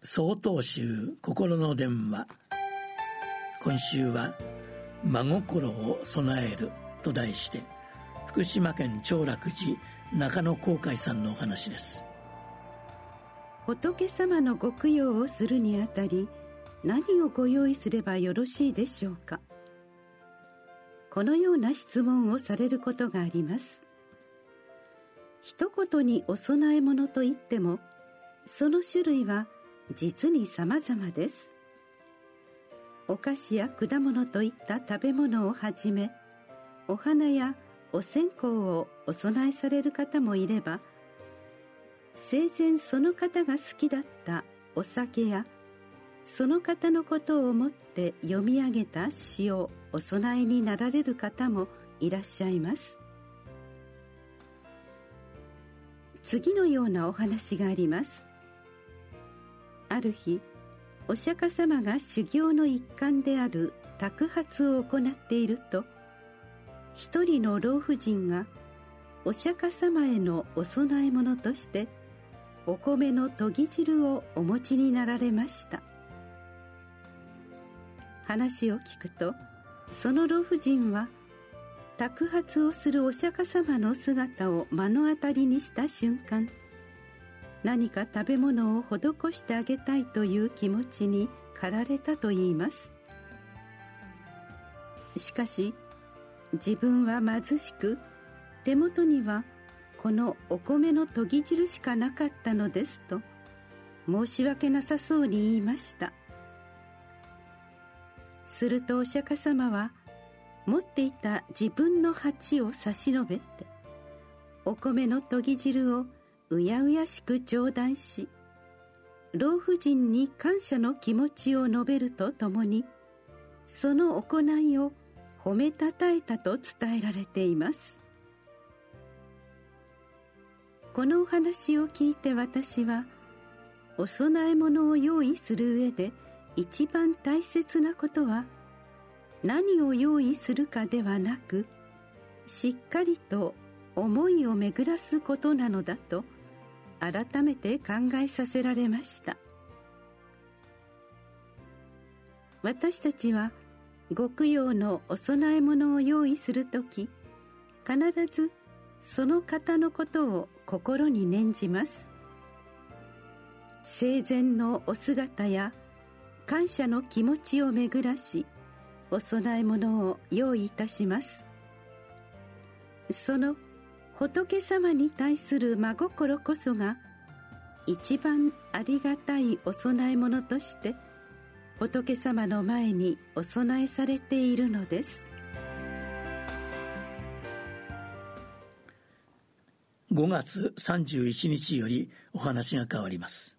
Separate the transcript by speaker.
Speaker 1: 曹洞宗心の電話。今週は真心を備えると題して、福島県長楽寺中野航海さんのお話です。
Speaker 2: 仏様のご供養をするにあたり、何をご用意すればよろしいでしょうか。このような質問をされることがあります。一言にお供え物といっても、その種類は実に様々です。お菓子や果物といった食べ物をはじめ、お花やお線香をお供えされる方もいれば、生前その方が好きだったお酒や、その方のことを思って読み上げた詩をお供えになられる方もいらっしゃいます。次のようなお話があります。ある日、お釈迦様が修行の一環である托鉢を行っていると、一人の老婦人がお釈迦様へのお供え物としてお米のとぎ汁をお持ちになられました。話を聞くと、その老婦人は托鉢をするお釈迦様の姿を目の当たりにした瞬間、何か食べ物を施してあげたいという気持ちに駆られたといいます。しかし、自分は貧しく、手元にはこのお米のとぎ汁しかなかったのですと、申し訳なさそうに言いました。するとお釈迦様は、持っていた自分の鉢を差し伸べて、お米のとぎ汁をうやうやしく頂戴し、老婦人に感謝の気持ちを述べるとともに、その行いを褒めたたえたと伝えられています。このお話を聞いて私は、お供え物を用意する上で一番大切なことは、何を用意するかではなく、しっかりと思いを巡らすことなのだと改めて考えさせられました。私たちはご供養のお供え物を用意するとき、必ずその方のことを心に念じます。生前のお姿や感謝の気持ちを巡らし、お供え物を用意いたします。その仏様に対する真心こそが、一番ありがたいお供え物として仏様の前にお供えされているのです。
Speaker 1: 5月31日よりお話が変わります。